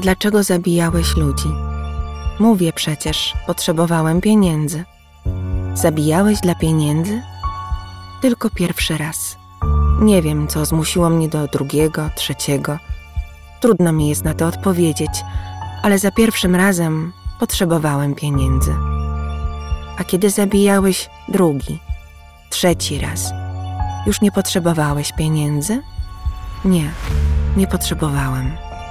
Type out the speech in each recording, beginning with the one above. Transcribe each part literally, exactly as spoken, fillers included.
Dlaczego zabijałeś ludzi? Mówię przecież, potrzebowałem pieniędzy. Zabijałeś dla pieniędzy? Tylko pierwszy raz. Nie wiem, co zmusiło mnie do drugiego, trzeciego. Trudno mi jest na to odpowiedzieć, ale za pierwszym razem potrzebowałem pieniędzy. A kiedy zabijałeś drugi, trzeci raz, już nie potrzebowałeś pieniędzy? Nie, nie potrzebowałem.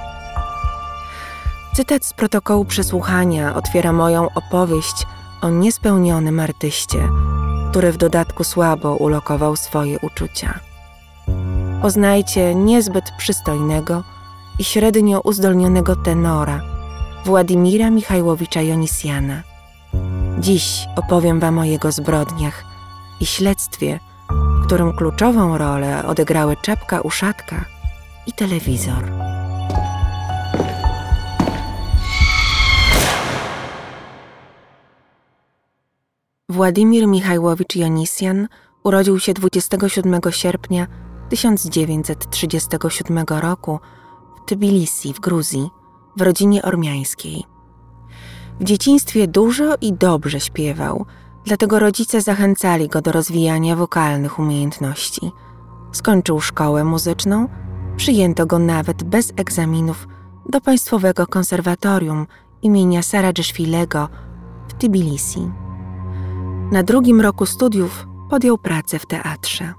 Cytat z protokołu przesłuchania otwiera moją opowieść o niespełnionym artyście, który w dodatku słabo ulokował swoje uczucia. Poznajcie niezbyt przystojnego i średnio uzdolnionego tenora Władimira Michajłowicza Jonisjana. Dziś opowiem wam o jego zbrodniach i śledztwie, w którym kluczową rolę odegrały czapka uszatka i telewizor. Władimir Michajłowicz Jonisjan urodził się dwudziestego siódmego sierpnia tysiąc dziewięćset trzydziestego siódmego roku w Tbilisi w Gruzji, w rodzinie ormiańskiej. W dzieciństwie dużo i dobrze śpiewał, dlatego rodzice zachęcali go do rozwijania wokalnych umiejętności. Skończył szkołę muzyczną, przyjęto go nawet bez egzaminów do Państwowego Konserwatorium imienia Saradżeszwilego w Tbilisi. Na drugim roku studiów podjął pracę w teatrze.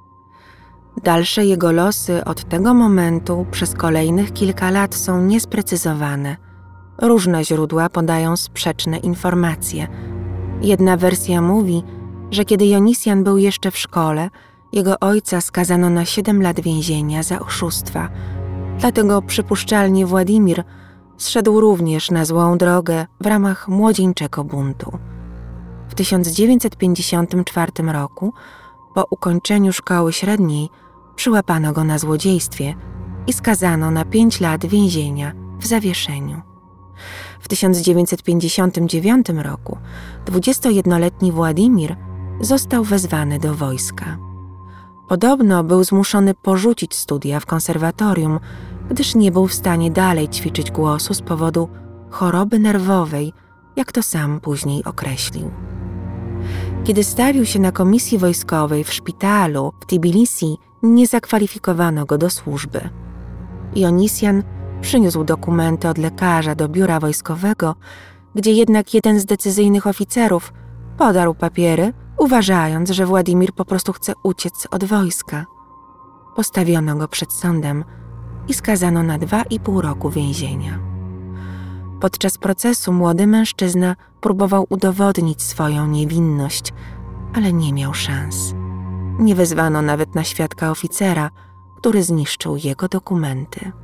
Dalsze jego losy od tego momentu przez kolejnych kilka lat są niesprecyzowane. Różne źródła podają sprzeczne informacje. Jedna wersja mówi, że kiedy Jonisjan był jeszcze w szkole, jego ojca skazano na siedem lat więzienia za oszustwa. Dlatego przypuszczalnie Władimir zszedł również na złą drogę w ramach młodzieńczego buntu. W tysiąc dziewięćset pięćdziesiątym czwartym roku, po ukończeniu szkoły średniej, przyłapano go na złodziejstwie i skazano na pięć lat więzienia w zawieszeniu. W tysiąc dziewięćset pięćdziesiątym dziewiątym roku dwudziestojednoletni Władimir został wezwany do wojska. Podobno był zmuszony porzucić studia w konserwatorium, gdyż nie był w stanie dalej ćwiczyć głosu z powodu choroby nerwowej, jak to sam później określił. Kiedy stawił się na komisji wojskowej w szpitalu w Tbilisi, nie zakwalifikowano go do służby. Jonisjan przyniósł dokumenty od lekarza do biura wojskowego, gdzie jednak jeden z decyzyjnych oficerów podarł papiery, uważając, że Władimir po prostu chce uciec od wojska. Postawiono go przed sądem i skazano na dwa i pół roku więzienia. Podczas procesu młody mężczyzna próbował udowodnić swoją niewinność, ale nie miał szans. Nie wezwano nawet na świadka oficera, który zniszczył jego dokumenty.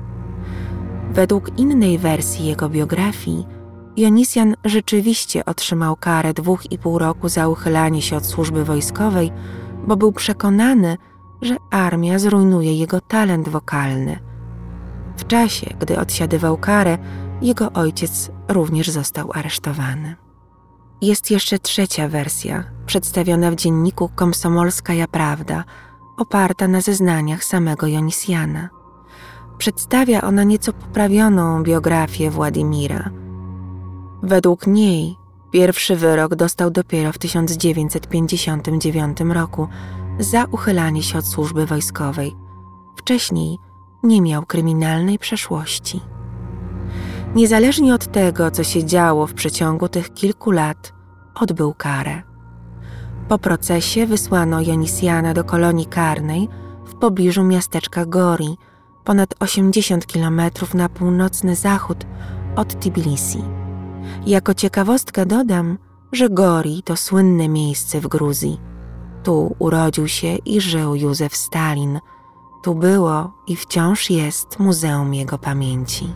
Według innej wersji jego biografii, Jonisjan rzeczywiście otrzymał karę dwóch i pół roku za uchylanie się od służby wojskowej, bo był przekonany, że armia zrujnuje jego talent wokalny. W czasie, gdy odsiadywał karę, jego ojciec również został aresztowany. Jest jeszcze trzecia wersja, przedstawiona w dzienniku Komsomolskaja Prawda, oparta na zeznaniach samego Jonisjana. Przedstawia ona nieco poprawioną biografię Władimira. Według niej pierwszy wyrok dostał dopiero w tysiąc dziewięćset pięćdziesiątym dziewiątym roku za uchylanie się od służby wojskowej. Wcześniej nie miał kryminalnej przeszłości. Niezależnie od tego, co się działo w przeciągu tych kilku lat, odbył karę. Po procesie wysłano Jonisjana do kolonii karnej w pobliżu miasteczka Gori, ponad osiemdziesiąt kilometrów na północny zachód od Tbilisi. Jako ciekawostkę dodam, że Gori to słynne miejsce w Gruzji. Tu urodził się i żył Józef Stalin. Tu było i wciąż jest muzeum jego pamięci.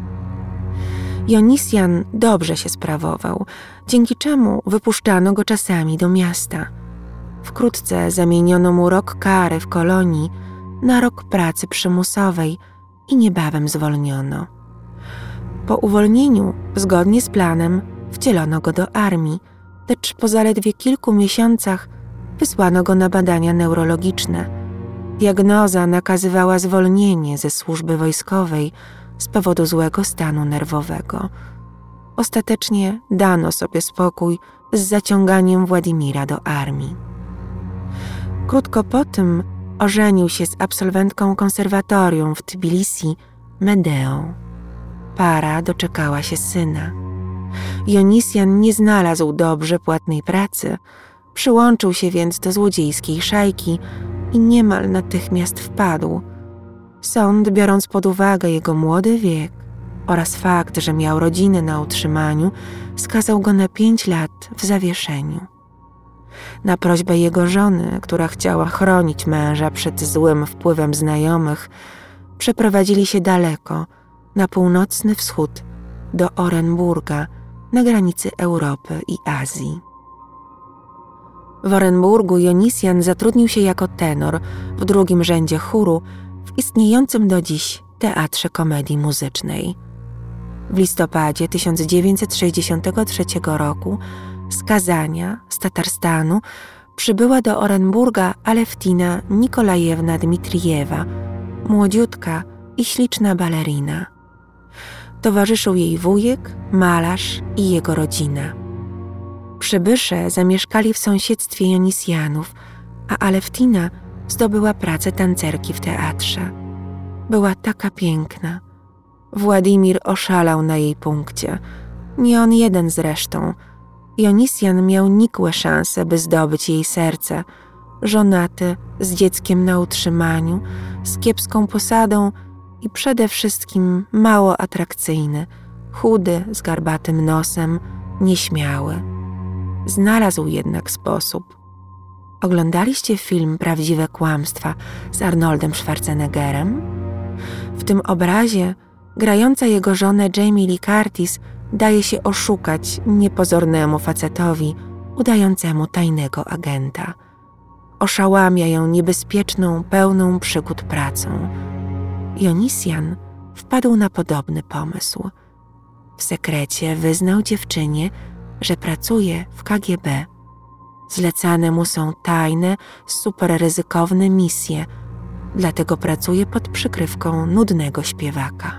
Jonisjan dobrze się sprawował, dzięki czemu wypuszczano go czasami do miasta. Wkrótce zamieniono mu rok kary w kolonii na rok pracy przymusowej i niebawem zwolniono. Po uwolnieniu, zgodnie z planem, wcielono go do armii, lecz po zaledwie kilku miesiącach wysłano go na badania neurologiczne. Diagnoza nakazywała zwolnienie ze służby wojskowej, z powodu złego stanu nerwowego. Ostatecznie dano sobie spokój z zaciąganiem Władimira do armii. Krótko po tym ożenił się z absolwentką konserwatorium w Tbilisi, Medeą. Para doczekała się syna. Jonisjan nie znalazł dobrze płatnej pracy, przyłączył się więc do złodziejskiej szajki i niemal natychmiast wpadł. Sąd, biorąc pod uwagę jego młody wiek oraz fakt, że miał rodzinę na utrzymaniu, skazał go na pięć lat w zawieszeniu. Na prośbę jego żony, która chciała chronić męża przed złym wpływem znajomych, przeprowadzili się daleko, na północny wschód, do Orenburga, na granicy Europy i Azji. W Orenburgu Jonisjan zatrudnił się jako tenor w drugim rzędzie chóru w istniejącym do dziś Teatrze Komedii Muzycznej. W listopadzie tysiąc dziewięćset sześćdziesiątego trzeciego roku z Kazania, z Tatarstanu, przybyła do Orenburga Aleftina Nikolajewna Dmitrijewa, młodziutka i śliczna balerina. Towarzyszył jej wujek, malarz i jego rodzina. Przybysze zamieszkali w sąsiedztwie Jonisjanów, a Aleftina zdobyła pracę tancerki w teatrze. Była taka piękna. Władimir oszalał na jej punkcie. Nie on jeden zresztą. Jonisjan miał nikłe szanse, by zdobyć jej serce. Żonaty, z dzieckiem na utrzymaniu, z kiepską posadą i przede wszystkim mało atrakcyjny, chudy, z garbatym nosem, nieśmiały. Znalazł jednak sposób. Oglądaliście film Prawdziwe kłamstwa z Arnoldem Schwarzeneggerem? W tym obrazie grająca jego żonę Jamie Lee Curtis daje się oszukać niepozornemu facetowi udającemu tajnego agenta. Oszałamia ją niebezpieczną, pełną przygód pracą. Jonisjan wpadł na podobny pomysł. W sekrecie wyznał dziewczynie, że pracuje w K G B. Zlecane mu są tajne, superryzykowne misje, dlatego pracuje pod przykrywką nudnego śpiewaka.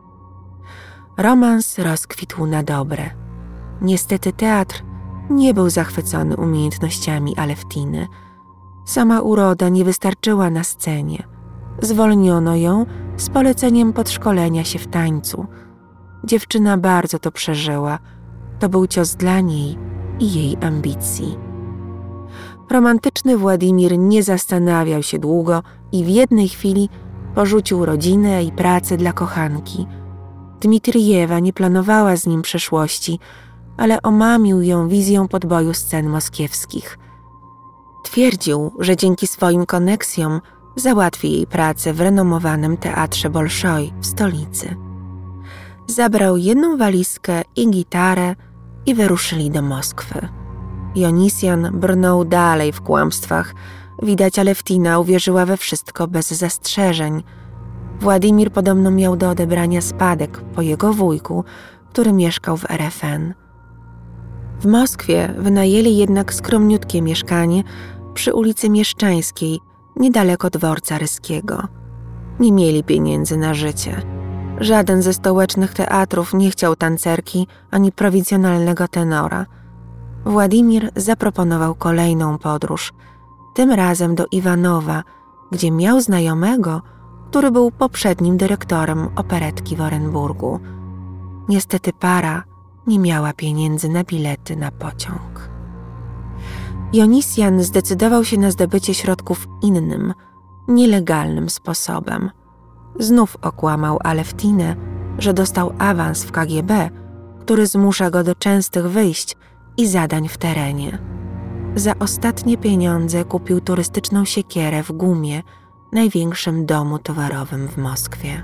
Romans rozkwitł na dobre. Niestety teatr nie był zachwycony umiejętnościami Aleftiny. Sama uroda nie wystarczyła na scenie. Zwolniono ją z poleceniem podszkolenia się w tańcu. Dziewczyna bardzo to przeżyła. To był cios dla niej i jej ambicji. Romantyczny Władimir nie zastanawiał się długo i w jednej chwili porzucił rodzinę i pracę dla kochanki. Dmitrijewa nie planowała z nim przyszłości, ale omamił ją wizją podboju scen moskiewskich. Twierdził, że dzięki swoim koneksjom załatwi jej pracę w renomowanym teatrze Bolszoi w stolicy. Zabrał jedną walizkę i gitarę i wyruszyli do Moskwy. Jonisjan brnął dalej w kłamstwach. Widać, Aleftina uwierzyła we wszystko bez zastrzeżeń. Władimir podobno miał do odebrania spadek po jego wujku, który mieszkał w R F N. W Moskwie wynajęli jednak skromniutkie mieszkanie przy ulicy Mieszczańskiej, niedaleko dworca ryskiego. Nie mieli pieniędzy na życie. Żaden ze stołecznych teatrów nie chciał tancerki ani prowincjonalnego tenora. Władimir zaproponował kolejną podróż, tym razem do Iwanowa, gdzie miał znajomego, który był poprzednim dyrektorem operetki w Orenburgu. Niestety para nie miała pieniędzy na bilety na pociąg. Jonisjan zdecydował się na zdobycie środków innym, nielegalnym sposobem. Znów okłamał Aleftinę, że dostał awans w K G B, który zmusza go do częstych wyjść i zadań w terenie. Za ostatnie pieniądze kupił turystyczną siekierę w Gumie, największym domu towarowym w Moskwie.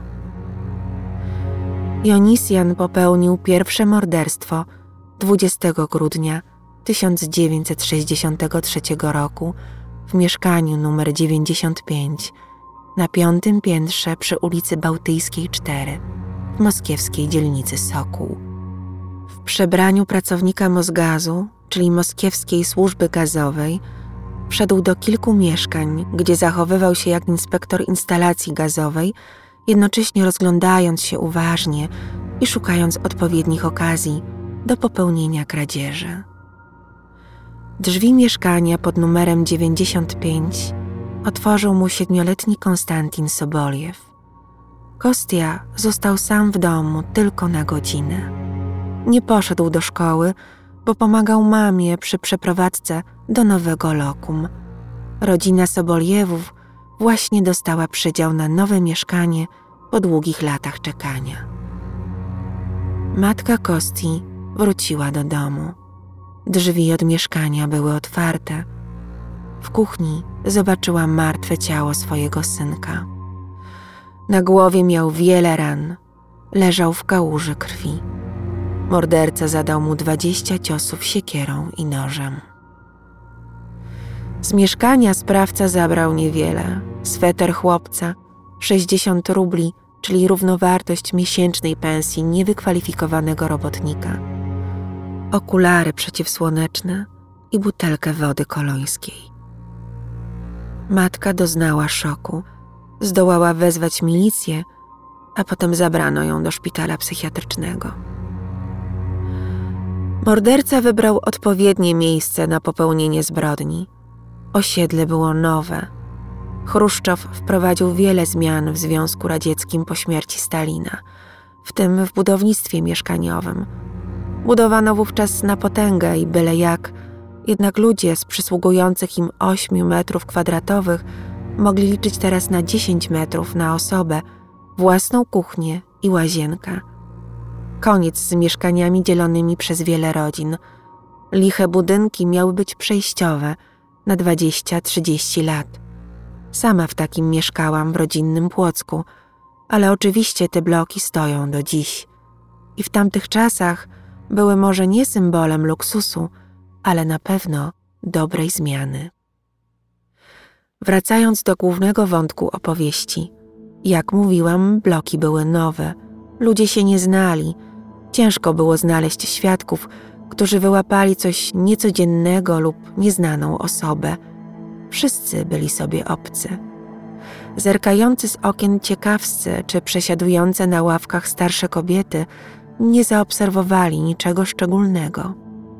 Jonisjan popełnił pierwsze morderstwo dwudziestego grudnia tysiąc dziewięćset sześćdziesiątego trzeciego roku w mieszkaniu numer dziewięćdziesiąt pięć na piątym piętrze przy ulicy Bałtyjskiej cztery w moskiewskiej dzielnicy Sokół. W przebraniu pracownika Mosgazu, czyli moskiewskiej służby gazowej, wszedł do kilku mieszkań, gdzie zachowywał się jak inspektor instalacji gazowej jednocześnie rozglądając się uważnie i szukając odpowiednich okazji do popełnienia kradzieży. Drzwi mieszkania pod numerem dziewięćdziesiąt pięć otworzył mu siedmioletni Konstantin Soboljew. Kostja został sam w domu tylko na godzinę. Nie poszedł do szkoły, bo pomagał mamie przy przeprowadzce do nowego lokum. Rodzina Soboljewów właśnie dostała przydział na nowe mieszkanie po długich latach czekania. Matka Kostii wróciła do domu. Drzwi od mieszkania były otwarte. W kuchni zobaczyła martwe ciało swojego synka. Na głowie miał wiele ran. Leżał w kałuży krwi. Morderca zadał mu dwadzieścia ciosów siekierą i nożem. Z mieszkania sprawca zabrał niewiele. Sweter chłopca, sześćdziesiąt rubli, czyli równowartość miesięcznej pensji niewykwalifikowanego robotnika. Okulary przeciwsłoneczne i butelkę wody kolońskiej. Matka doznała szoku. Zdołała wezwać milicję, a potem zabrano ją do szpitala psychiatrycznego. Morderca wybrał odpowiednie miejsce na popełnienie zbrodni. Osiedle było nowe. Chruszczow wprowadził wiele zmian w Związku Radzieckim po śmierci Stalina, w tym w budownictwie mieszkaniowym. Budowano wówczas na potęgę i byle jak, jednak ludzie z przysługujących im ośmiu metrów kwadratowych mogli liczyć teraz na dziesięć metrów na osobę, własną kuchnię i łazienkę. Koniec z mieszkaniami dzielonymi przez wiele rodzin. Liche budynki miały być przejściowe na dwadzieścia trzydzieści lat. Sama w takim mieszkałam w rodzinnym Płocku, ale oczywiście te bloki stoją do dziś. I w tamtych czasach były może nie symbolem luksusu, ale na pewno dobrej zmiany. Wracając do głównego wątku opowieści, jak mówiłam, bloki były nowe, ludzie się nie znali, ciężko było znaleźć świadków, którzy wyłapali coś niecodziennego lub nieznaną osobę. Wszyscy byli sobie obcy. Zerkający z okien ciekawscy czy przesiadujące na ławkach starsze kobiety nie zaobserwowali niczego szczególnego.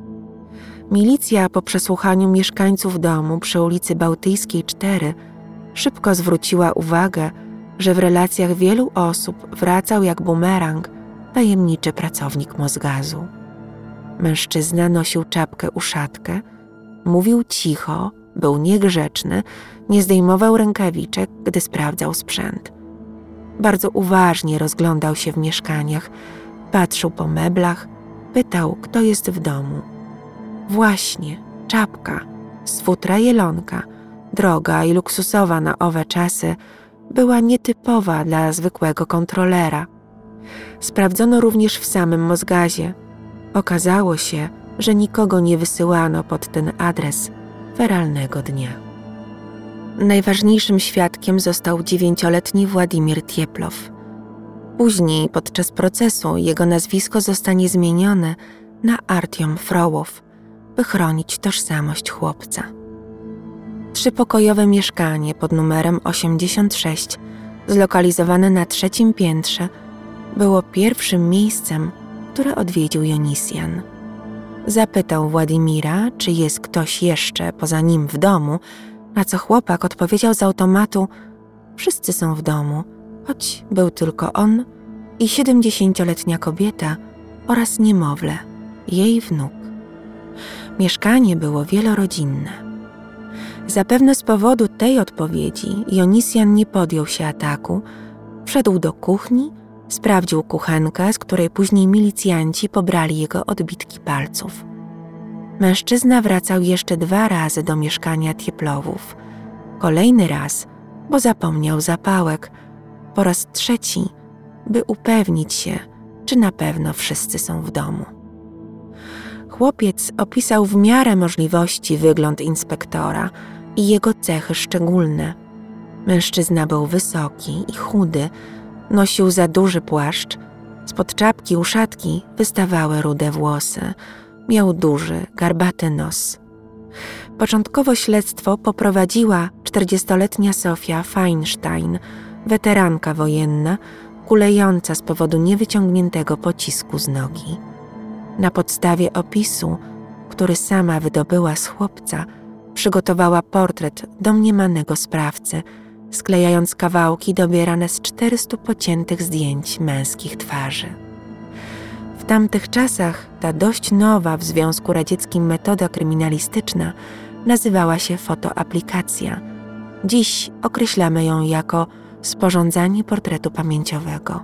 Milicja po przesłuchaniu mieszkańców domu przy ulicy Bałtyjskiej cztery szybko zwróciła uwagę, że w relacjach wielu osób wracał jak bumerang tajemniczy pracownik Mosgazu. Mężczyzna nosił czapkę uszatkę, mówił cicho, był niegrzeczny, nie zdejmował rękawiczek, gdy sprawdzał sprzęt. Bardzo uważnie rozglądał się w mieszkaniach, patrzył po meblach, pytał, kto jest w domu. Właśnie, czapka, z futra jelonka, droga i luksusowa na owe czasy, była nietypowa dla zwykłego kontrolera. Sprawdzono również w samym Mosgazie. Okazało się, że nikogo nie wysyłano pod ten adres feralnego dnia. Najważniejszym świadkiem został dziewięcioletni Władimir Tieplow. Później, podczas procesu, jego nazwisko zostanie zmienione na Artiom Frołow, by chronić tożsamość chłopca. Trzypokojowe mieszkanie pod numerem osiemdziesiąt sześć, zlokalizowane na trzecim piętrze, było pierwszym miejscem, które odwiedził Jonisjan. Zapytał Władimira, czy jest ktoś jeszcze poza nim w domu, na co chłopak odpowiedział z automatu: wszyscy są w domu, choć był tylko on i siedemdziesięcioletnia kobieta oraz niemowlę, jej wnuk. Mieszkanie było wielorodzinne. Zapewne z powodu tej odpowiedzi Jonisjan nie podjął się ataku, wszedł do kuchni, sprawdził kuchenkę, z której później milicjanci pobrali jego odbitki palców. Mężczyzna wracał jeszcze dwa razy do mieszkania Tieplowów. Kolejny raz, bo zapomniał zapałek. Po raz trzeci, by upewnić się, czy na pewno wszyscy są w domu. Chłopiec opisał w miarę możliwości wygląd inspektora i jego cechy szczególne. Mężczyzna był wysoki i chudy, nosił za duży płaszcz, spod czapki uszatki wystawały rude włosy, miał duży, garbaty nos. Początkowo śledztwo poprowadziła czterdziestoletnia Sofia Feinstein, weteranka wojenna, kulejąca z powodu niewyciągniętego pocisku z nogi. Na podstawie opisu, który sama wydobyła z chłopca, przygotowała portret domniemanego sprawcy, sklejając kawałki dobierane z czterystu pociętych zdjęć męskich twarzy. W tamtych czasach ta dość nowa w Związku Radzieckim metoda kryminalistyczna nazywała się fotoaplikacja. Dziś określamy ją jako sporządzanie portretu pamięciowego.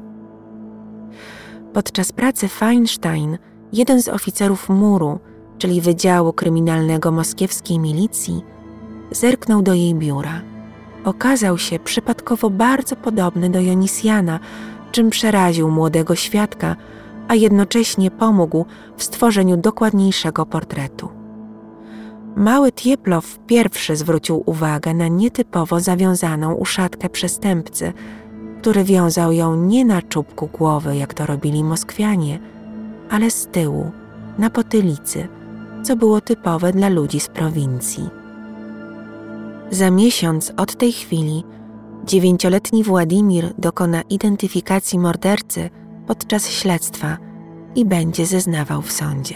Podczas pracy Feinstein, jeden z oficerów muru, czyli Wydziału Kryminalnego Moskiewskiej Milicji, zerknął do jej biura. Okazał się przypadkowo bardzo podobny do Jonisjana, czym przeraził młodego świadka, a jednocześnie pomógł w stworzeniu dokładniejszego portretu. Mały Tieplow pierwszy zwrócił uwagę na nietypowo zawiązaną uszatkę przestępcy, który wiązał ją nie na czubku głowy, jak to robili Moskwianie, ale z tyłu, na potylicy, co było typowe dla ludzi z prowincji. Za miesiąc od tej chwili dziewięcioletni Władimir dokona identyfikacji mordercy podczas śledztwa i będzie zeznawał w sądzie.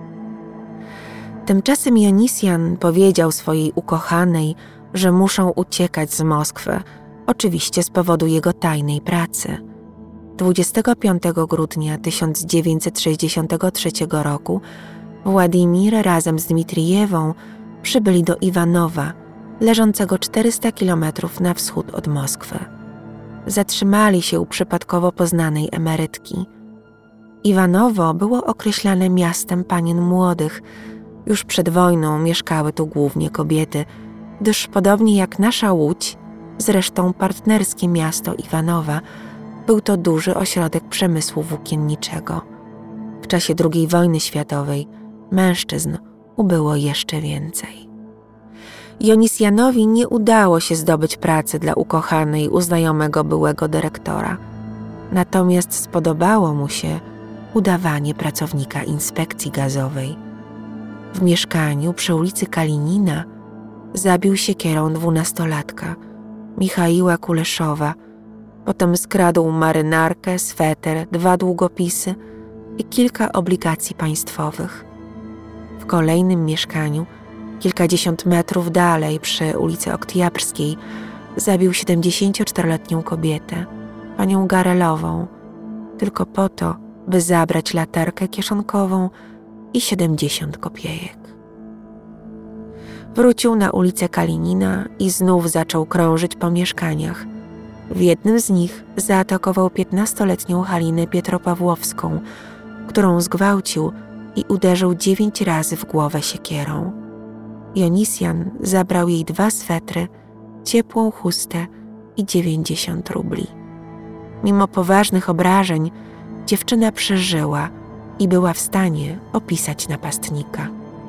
Tymczasem Jonisjan powiedział swojej ukochanej, że muszą uciekać z Moskwy, oczywiście z powodu jego tajnej pracy. dwudziestego piątego grudnia tysiąc dziewięćset sześćdziesiątego trzeciego roku Władimir razem z Dmitrijewą przybyli do Iwanowa, leżącego czterysta kilometrów na wschód od Moskwy. Zatrzymali się u przypadkowo poznanej emerytki. Iwanowo było określane miastem panien młodych. Już przed wojną mieszkały tu głównie kobiety, gdyż podobnie jak nasza Łódź, zresztą partnerskie miasto Iwanowa, był to duży ośrodek przemysłu włókienniczego. W czasie drugiej wojny światowej mężczyzn ubyło jeszcze więcej. Jonisjanowi nie udało się zdobyć pracy dla ukochanej u znajomego byłego dyrektora. Natomiast spodobało mu się udawanie pracownika inspekcji gazowej. W mieszkaniu przy ulicy Kalinina zabił siekierą dwunastolatka, Michaiła Kuleszowa, potem skradł marynarkę, sweter, dwa długopisy i kilka obligacji państwowych. W kolejnym mieszkaniu, kilkadziesiąt metrów dalej przy ulicy Oktyjabrskiej, zabił siedemdziesięcioczteroletnią kobietę, panią Garelową, tylko po to, by zabrać latarkę kieszonkową i siedemdziesiąt kopiejek. Wrócił na ulicę Kalinina i znów zaczął krążyć po mieszkaniach. W jednym z nich zaatakował piętnastoletnią Halinę Pietropawłowską, którą zgwałcił i uderzył dziewięć razy w głowę siekierą. Jonisjan zabrał jej dwa swetry, ciepłą chustę i dziewięćdziesiąt rubli. Mimo poważnych obrażeń dziewczyna przeżyła i była w stanie opisać napastnika.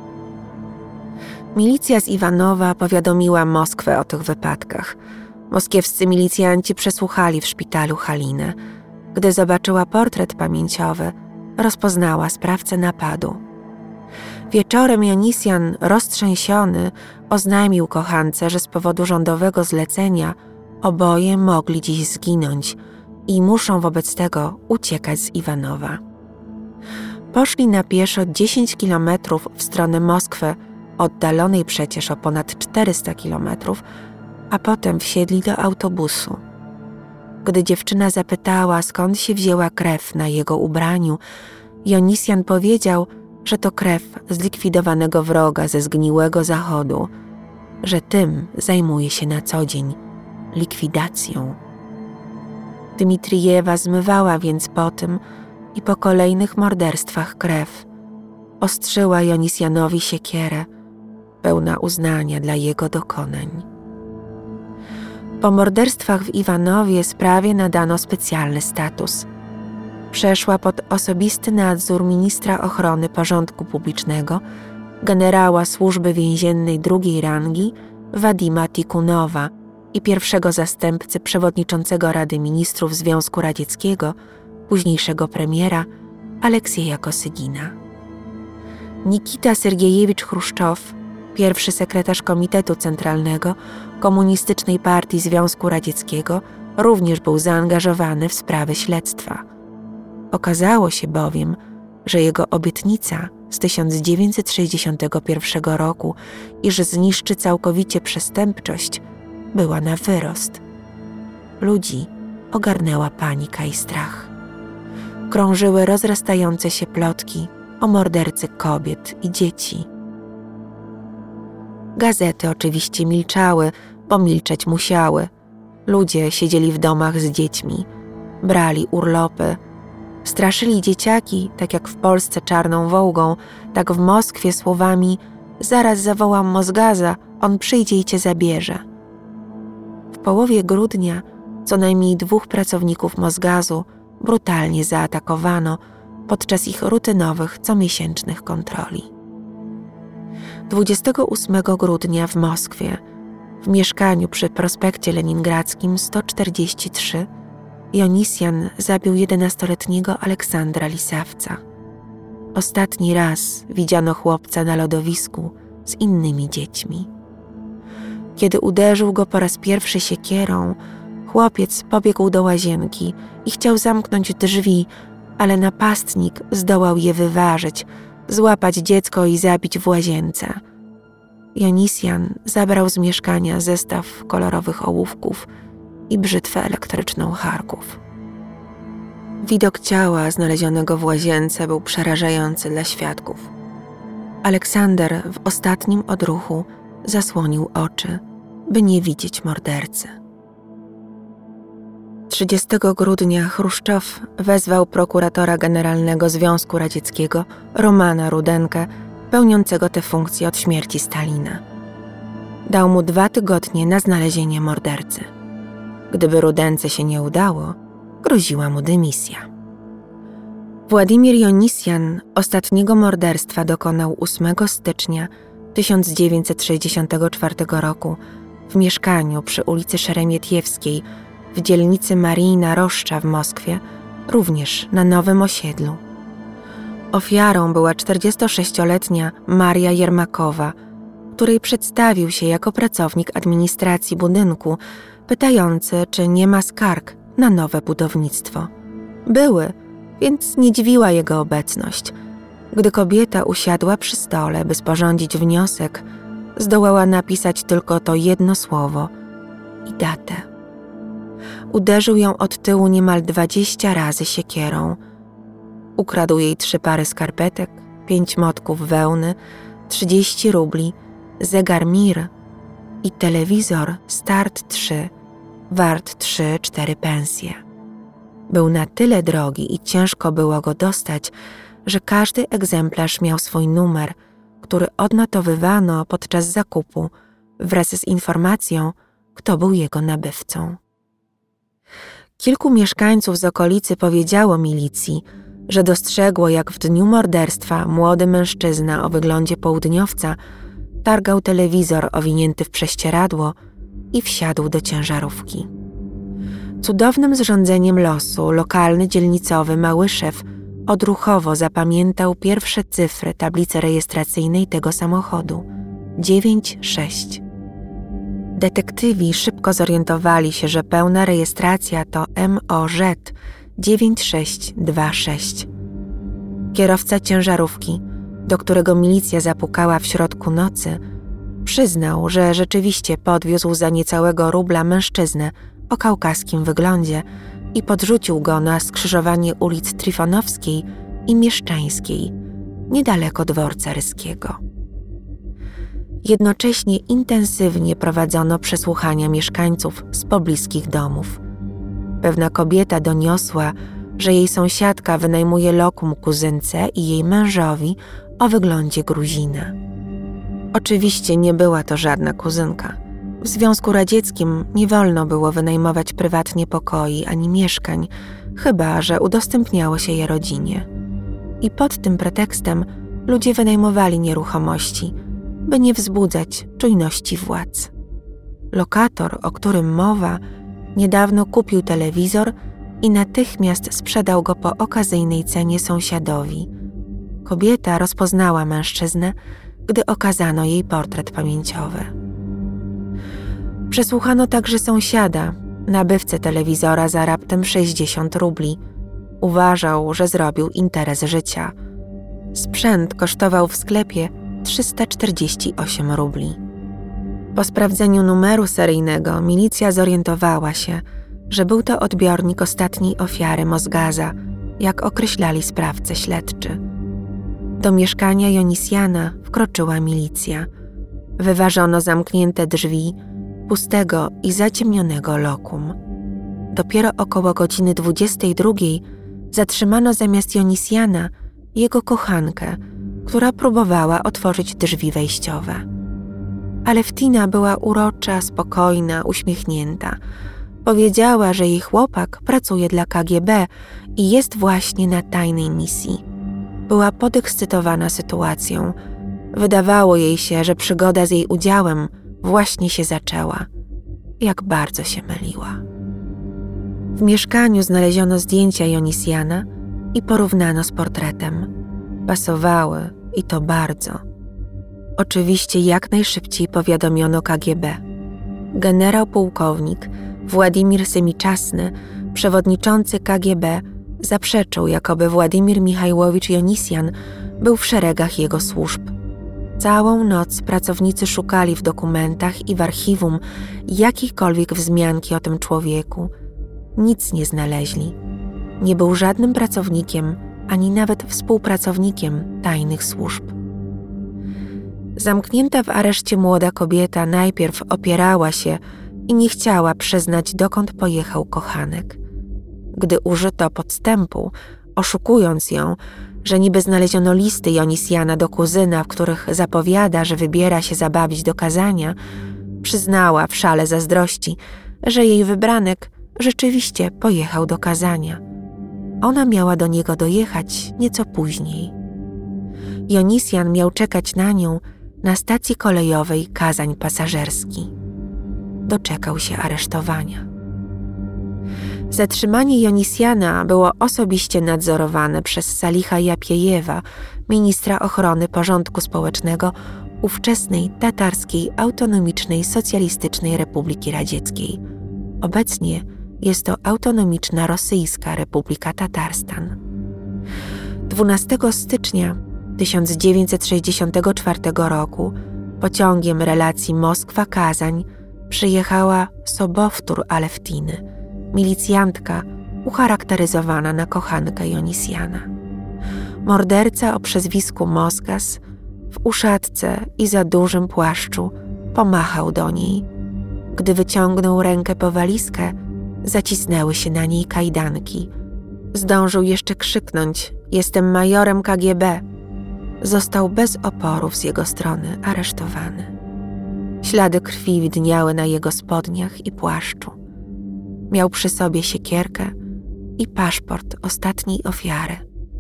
Milicja z Iwanowa powiadomiła Moskwę o tych wypadkach. Moskiewscy milicjanci przesłuchali w szpitalu Halinę. Gdy zobaczyła portret pamięciowy, rozpoznała sprawcę napadu. Wieczorem Jonisjan, roztrzęsiony, oznajmił kochance, że z powodu rządowego zlecenia oboje mogli dziś zginąć i muszą wobec tego uciekać z Iwanowa. Poszli na pieszo dziesięć kilometrów w stronę Moskwy, oddalonej przecież o ponad czterysta kilometrów, a potem wsiedli do autobusu. Gdy dziewczyna zapytała, skąd się wzięła krew na jego ubraniu, Jonisjan powiedział, że to krew zlikwidowanego wroga ze zgniłego zachodu, że tym zajmuje się na co dzień, likwidacją. Dmitrijewa zmywała więc po tym i po kolejnych morderstwach krew. Ostrzyła Jonisjanowi siekierę, pełna uznania dla jego dokonań. Po morderstwach w Iwanowie sprawie nadano specjalny status. Przeszła pod osobisty nadzór ministra ochrony porządku publicznego, generała służby więziennej drugiej rangi Wadima Tikunowa i pierwszego zastępcy przewodniczącego Rady Ministrów Związku Radzieckiego, późniejszego premiera Aleksieja Kosygina. Nikita Sergiejewicz Chruszczow, pierwszy sekretarz Komitetu Centralnego Komunistycznej Partii Związku Radzieckiego, również był zaangażowany w sprawy śledztwa. Okazało się bowiem, że jego obietnica z tysiąc dziewięćset sześćdziesiątego pierwszego roku, iż zniszczy całkowicie przestępczość, była na wyrost. Ludzi ogarnęła panika i strach. Krążyły rozrastające się plotki o mordercy kobiet i dzieci. Gazety oczywiście milczały, bo milczeć musiały. Ludzie siedzieli w domach z dziećmi, brali urlopy, straszyli dzieciaki, tak jak w Polsce czarną wołgą, tak w Moskwie słowami: zaraz zawołam Mosgaza, on przyjdzie i cię zabierze. W połowie grudnia co najmniej dwóch pracowników Mosgazu brutalnie zaatakowano podczas ich rutynowych, comiesięcznych kontroli. dwudziestego ósmego grudnia w Moskwie, w mieszkaniu przy prospekcie leningradzkim sto czterdzieści trzy, Ionisjan zabił jedenastoletniego Aleksandra Lisawca. Ostatni raz widziano chłopca na lodowisku z innymi dziećmi. Kiedy uderzył go po raz pierwszy siekierą, chłopiec pobiegł do łazienki i chciał zamknąć drzwi, ale napastnik zdołał je wyważyć, złapać dziecko i zabić w łazience. Ionisjan zabrał z mieszkania zestaw kolorowych ołówków i brzytwę elektryczną Charków. Widok ciała znalezionego w łazience był przerażający dla świadków. Aleksander w ostatnim odruchu zasłonił oczy, by nie widzieć mordercy. trzydziestego grudnia Chruszczow wezwał prokuratora generalnego Związku Radzieckiego Romana Rudenkę, pełniącego tę funkcję od śmierci Stalina. Dał mu dwa tygodnie na znalezienie mordercy. Gdyby Rudence się nie udało, groziła mu dymisja. Władimir Ionisjan ostatniego morderstwa dokonał ósmego stycznia tysiąc dziewięćset sześćdziesiątego czwartego roku w mieszkaniu przy ulicy Szeremietiewskiej w dzielnicy Maryjna Roszcza w Moskwie, również na Nowym Osiedlu. Ofiarą była czterdziestosześcioletnia Maria Jermakowa, której przedstawił się jako pracownik administracji budynku, pytający, czy nie ma skarg na nowe budownictwo. Były, więc nie dziwiła jego obecność. Gdy kobieta usiadła przy stole, by sporządzić wniosek, zdołała napisać tylko to jedno słowo i datę. Uderzył ją od tyłu niemal dwadzieścia razy siekierą. Ukradł jej trzy pary skarpetek, pięć motków wełny, trzydzieści rubli, zegar Mir i telewizor Start trzy, wart trzy cztery pensje. Był na tyle drogi i ciężko było go dostać, że każdy egzemplarz miał swój numer, który odnotowywano podczas zakupu wraz z informacją, kto był jego nabywcą. Kilku mieszkańców z okolicy powiedziało milicji, że dostrzegło, jak w dniu morderstwa młody mężczyzna o wyglądzie południowca targał telewizor owinięty w prześcieradło i wsiadł do ciężarówki. Cudownym zrządzeniem losu lokalny dzielnicowy Małyszew odruchowo zapamiętał pierwsze cyfry tablicy rejestracyjnej tego samochodu – dziewięć sześć. Detektywi szybko zorientowali się, że pełna rejestracja to M O Z dziewięć sześć dwa sześć. Kierowca ciężarówki, do którego milicja zapukała w środku nocy, przyznał, że rzeczywiście podwiózł za niecałego rubla mężczyznę o kaukaskim wyglądzie i podrzucił go na skrzyżowanie ulic Trifonowskiej i Mieszczańskiej, niedaleko dworca Ryskiego. Jednocześnie intensywnie prowadzono przesłuchania mieszkańców z pobliskich domów. Pewna kobieta doniosła, że jej sąsiadka wynajmuje lokum kuzynce i jej mężowi o wyglądzie Gruzina. Oczywiście nie była to żadna kuzynka. W Związku Radzieckim nie wolno było wynajmować prywatnie pokoi ani mieszkań, chyba że udostępniało się je rodzinie. I pod tym pretekstem ludzie wynajmowali nieruchomości, by nie wzbudzać czujności władz. Lokator, o którym mowa, niedawno kupił telewizor i natychmiast sprzedał go po okazyjnej cenie sąsiadowi. Kobieta rozpoznała mężczyznę, gdy okazano jej portret pamięciowy. Przesłuchano także sąsiada, nabywcę telewizora za raptem sześćdziesiąt rubli. Uważał, że zrobił interes życia. Sprzęt kosztował w sklepie trzysta czterdzieści osiem rubli. Po sprawdzeniu numeru seryjnego milicja zorientowała się, że był to odbiornik ostatniej ofiary Mosgaza, jak określali sprawcy śledczy. Do mieszkania Jonisjana wkroczyła milicja. Wyważono zamknięte drzwi pustego i zaciemnionego lokum. Dopiero około godziny dwudziestej drugiej zatrzymano zamiast Jonisjana jego kochankę, która próbowała otworzyć drzwi wejściowe. Alewtina była urocza, spokojna, uśmiechnięta. Powiedziała, że jej chłopak pracuje dla K G B i jest właśnie na tajnej misji. Była podekscytowana sytuacją. Wydawało jej się, że przygoda z jej udziałem właśnie się zaczęła. Jak bardzo się myliła. W mieszkaniu znaleziono zdjęcia Jonisjana i porównano z portretem. Pasowały i to bardzo. Oczywiście jak najszybciej powiadomiono K G B. Generał pułkownik Władimir Semiczasny, przewodniczący K G B, zaprzeczył, jakoby Władimir Michajłowicz Jonisjan był w szeregach jego służb. Całą noc pracownicy szukali w dokumentach i w archiwum jakiejkolwiek wzmianki o tym człowieku. Nic nie znaleźli. Nie był żadnym pracownikiem, ani nawet współpracownikiem tajnych służb. Zamknięta w areszcie młoda kobieta najpierw opierała się i nie chciała przyznać, dokąd pojechał kochanek. Gdy użyto podstępu, oszukując ją, że niby znaleziono listy Jonisjana do kuzyna, w których zapowiada, że wybiera się zabawić do Kazania, przyznała w szale zazdrości, że jej wybranek rzeczywiście pojechał do Kazania. Ona miała do niego dojechać nieco później. Jonisjan miał czekać na nią na stacji kolejowej Kazań Pasażerski. Doczekał się aresztowania. Zatrzymanie Jonisjana było osobiście nadzorowane przez Saliha Japiejewa, ministra ochrony porządku społecznego ówczesnej Tatarskiej Autonomicznej Socjalistycznej Republiki Radzieckiej. Obecnie jest to Autonomiczna Rosyjska Republika Tatarstan. dwunastego stycznia tysiąc dziewięćset sześćdziesiątego czwartego roku pociągiem relacji Moskwa-Kazań przyjechała Sobowtór Alewtiny, milicjantka ucharakteryzowana na kochankę Jonisjana. Morderca o przezwisku Mosgas w uszatce i za dużym płaszczu pomachał do niej. Gdy wyciągnął rękę po walizkę, zacisnęły się na niej kajdanki. Zdążył jeszcze krzyknąć: „Jestem majorem K G B”. Został bez oporów z jego strony aresztowany. Ślady krwi widniały na jego spodniach i płaszczu. Miał przy sobie siekierkę i paszport ostatniej ofiary.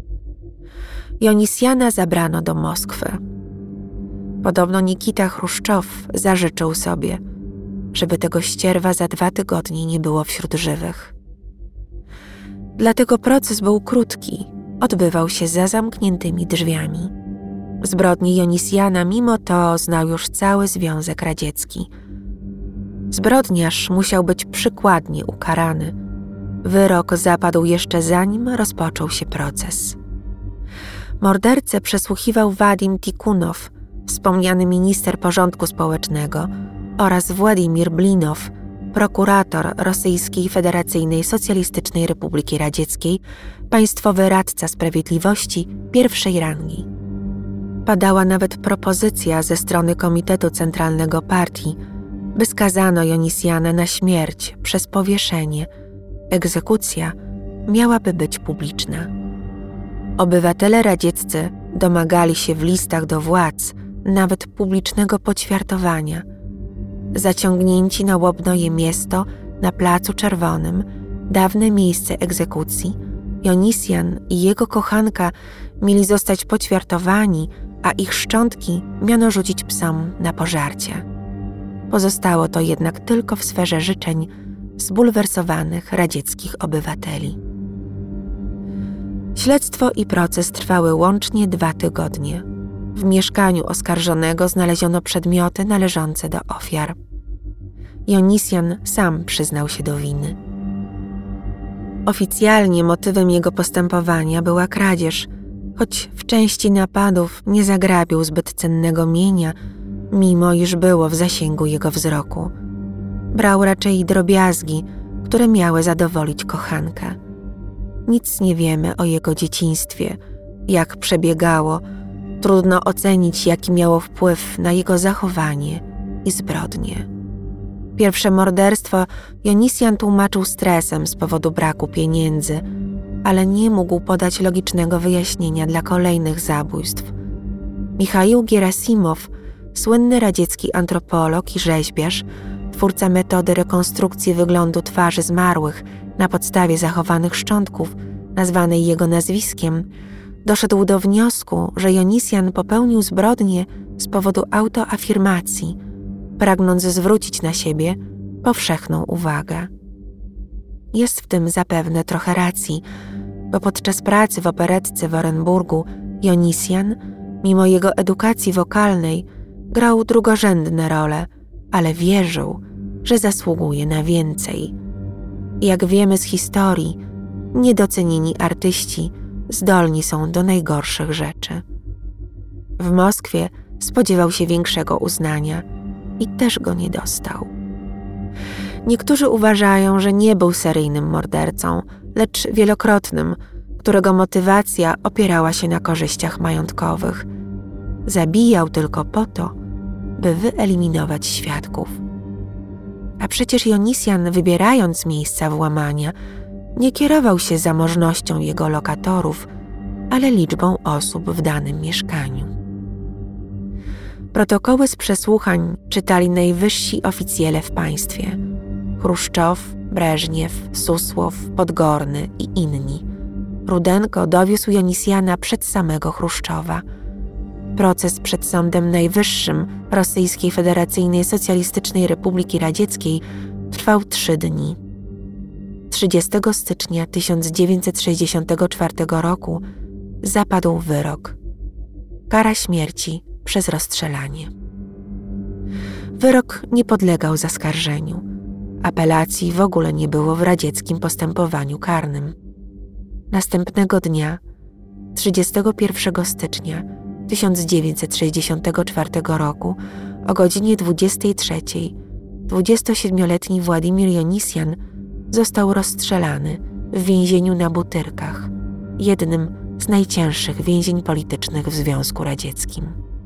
Jonisjana zabrano do Moskwy. Podobno Nikita Chruszczow zażyczył sobie, żeby tego ścierwa za dwa tygodnie nie było wśród żywych. Dlatego proces był krótki, odbywał się za zamkniętymi drzwiami. Zbrodnie Jonisjana mimo to znał już cały Związek Radziecki. Zbrodniarz musiał być przykładnie ukarany. Wyrok zapadł jeszcze zanim rozpoczął się proces. Mordercę przesłuchiwał Wadim Tikunow, wspomniany minister porządku społecznego, oraz Władimir Blinow, prokurator Rosyjskiej Federacyjnej Socjalistycznej Republiki Radzieckiej, państwowy radca sprawiedliwości pierwszej rangi. Padała nawet propozycja ze strony Komitetu Centralnego Partii, by skazano Jonisjana na śmierć przez powieszenie. Egzekucja miałaby być publiczna. Obywatele radzieccy domagali się w listach do władz nawet publicznego poćwiartowania. Zaciągnięci na łobnoje miasto na Placu Czerwonym, dawne miejsce egzekucji, Jonisjan i jego kochanka mieli zostać poćwiartowani, a ich szczątki miano rzucić psom na pożarcie. Pozostało to jednak tylko w sferze życzeń zbulwersowanych radzieckich obywateli. Śledztwo i proces trwały łącznie dwa tygodnie. W mieszkaniu oskarżonego znaleziono przedmioty należące do ofiar. Ionisjan sam przyznał się do winy. Oficjalnie motywem jego postępowania była kradzież, choć w części napadów nie zagrabił zbyt cennego mienia, mimo iż było w zasięgu jego wzroku. Brał raczej drobiazgi, które miały zadowolić kochankę. Nic nie wiemy o jego dzieciństwie, jak przebiegało, trudno ocenić, jaki miało wpływ na jego zachowanie i zbrodnie. Pierwsze morderstwo Ionisjan tłumaczył stresem z powodu braku pieniędzy, ale nie mógł podać logicznego wyjaśnienia dla kolejnych zabójstw. Michaił Gierasimow, słynny radziecki antropolog i rzeźbiarz, twórca metody rekonstrukcji wyglądu twarzy zmarłych na podstawie zachowanych szczątków, nazwanej jego nazwiskiem, doszedł do wniosku, że Ionisjan popełnił zbrodnię z powodu autoafirmacji, pragnąc zwrócić na siebie powszechną uwagę. Jest w tym zapewne trochę racji, bo podczas pracy w operetce w Orenburgu Ionisjan, mimo jego edukacji wokalnej, grał drugorzędne role, ale wierzył, że zasługuje na więcej. Jak wiemy z historii, niedocenieni artyści zdolni są do najgorszych rzeczy. W Moskwie spodziewał się większego uznania i też go nie dostał. Niektórzy uważają, że nie był seryjnym mordercą, lecz wielokrotnym, którego motywacja opierała się na korzyściach majątkowych. Zabijał tylko po to, by wyeliminować świadków. A przecież Ionisjan, wybierając miejsca włamania, nie kierował się zamożnością jego lokatorów, ale liczbą osób w danym mieszkaniu. Protokoły z przesłuchań czytali najwyżsi oficjele w państwie: Chruszczow, Breżniew, Susłow, Podgorny i inni. Rudenko dowiózł Ionisjana przed samego Chruszczowa. Proces przed Sądem Najwyższym Rosyjskiej Federacyjnej Socjalistycznej Republiki Radzieckiej trwał trzy dni. trzydziestego stycznia tysiąc dziewięćset sześćdziesiątego czwartego roku zapadł wyrok: kara śmierci przez rozstrzelanie. Wyrok nie podlegał zaskarżeniu. Apelacji w ogóle nie było w radzieckim postępowaniu karnym. Następnego dnia, trzydziestego pierwszego stycznia tysiąc dziewięćset sześćdziesiątego czwartego roku o godzinie dwudziestej trzeciej dwudziestosiedmioletni Władimir Ionisjan został rozstrzelany w więzieniu na Butyrkach, jednym z najcięższych więzień politycznych w Związku Radzieckim.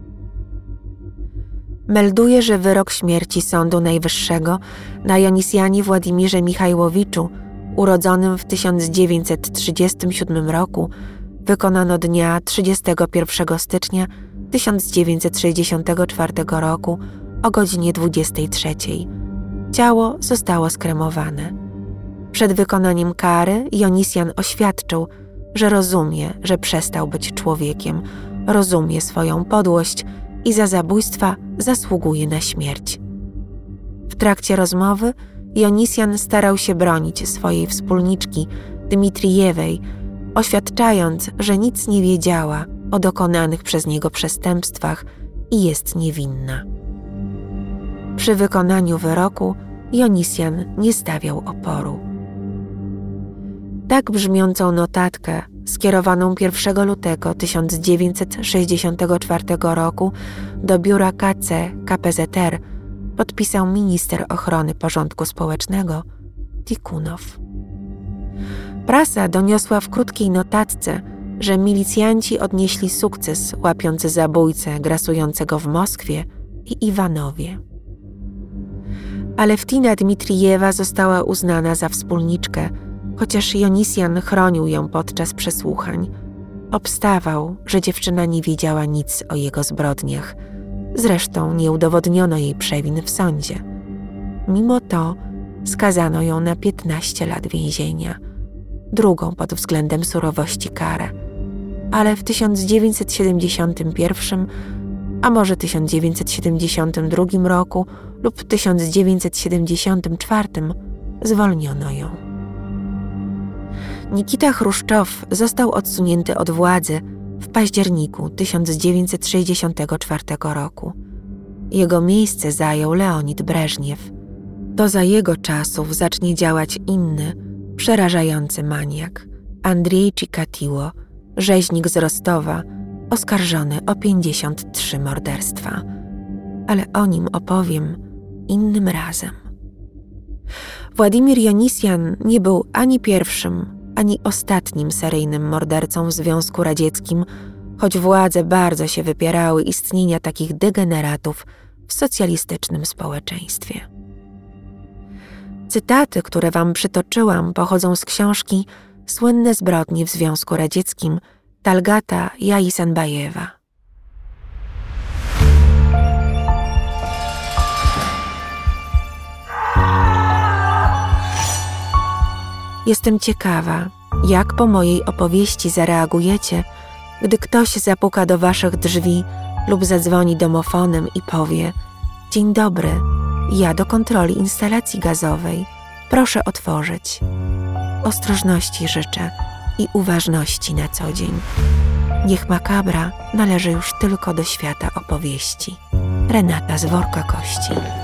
Melduje, że wyrok śmierci Sądu Najwyższego na Ionisjanie Władimirze Michajłowiczu, urodzonym w tysiąc dziewięćset trzydziestym siódmym roku, wykonano dnia trzydziestego pierwszego stycznia tysiąc dziewięćset sześćdziesiątego czwartego roku o godzinie dwudziestej trzeciej. Ciało zostało skremowane. Przed wykonaniem kary Ionisjan oświadczył, że rozumie, że przestał być człowiekiem, rozumie swoją podłość i za zabójstwa zasługuje na śmierć. W trakcie rozmowy Ionisjan starał się bronić swojej wspólniczki Dmitrijewej, oświadczając, że nic nie wiedziała o dokonanych przez niego przestępstwach i jest niewinna. Przy wykonaniu wyroku Ionisjan nie stawiał oporu. Tak brzmiącą notatkę, skierowaną pierwszego lutego tysiąc dziewięćset sześćdziesiątego czwartego roku do biura K C K P Z R, podpisał minister ochrony porządku społecznego Tikunow. Prasa doniosła w krótkiej notatce, że milicjanci odnieśli sukces łapiący zabójcę grasującego w Moskwie i Iwanowie. Alewtina Dmitrijewa została uznana za wspólniczkę, chociaż Ionisjan chronił ją podczas przesłuchań. Obstawał, że dziewczyna nie wiedziała nic o jego zbrodniach. Zresztą nie udowodniono jej przewin w sądzie. Mimo to skazano ją na piętnaście lat więzienia, drugą pod względem surowości karę. Ale w tysiąc dziewięćset siedemdziesiątym pierwszym, a może tysiąc dziewięćset siedemdziesiątym drugim roku lub tysiąc dziewięćset siedemdziesiątym czwartym zwolniono ją. Nikita Chruszczow został odsunięty od władzy w październiku tysiąc dziewięćset sześćdziesiątego czwartego roku. Jego miejsce zajął Leonid Breżniew. to za jego czasów zacznie działać inny, przerażający maniak, Andrzej Chikatilo, rzeźnik z Rostowa, oskarżony o pięćdziesiąt trzy morderstwa. Ale o nim opowiem innym razem. Władimir Jonisian nie był ani pierwszym, ani ostatnim seryjnym mordercą w Związku Radzieckim, choć władze bardzo się wypierały istnienia takich degeneratów w socjalistycznym społeczeństwie. Cytaty, które wam przytoczyłam, pochodzą z książki Słynne zbrodnie w Związku Radzieckim Talgata Jaisanbajewa. Jestem ciekawa, jak po mojej opowieści zareagujecie, gdy ktoś zapuka do waszych drzwi lub zadzwoni domofonem i powie: dzień dobry, ja do kontroli instalacji gazowej, proszę otworzyć. Ostrożności życzę i uważności na co dzień. Niech makabra należy już tylko do świata opowieści. Renata z Worka Kości.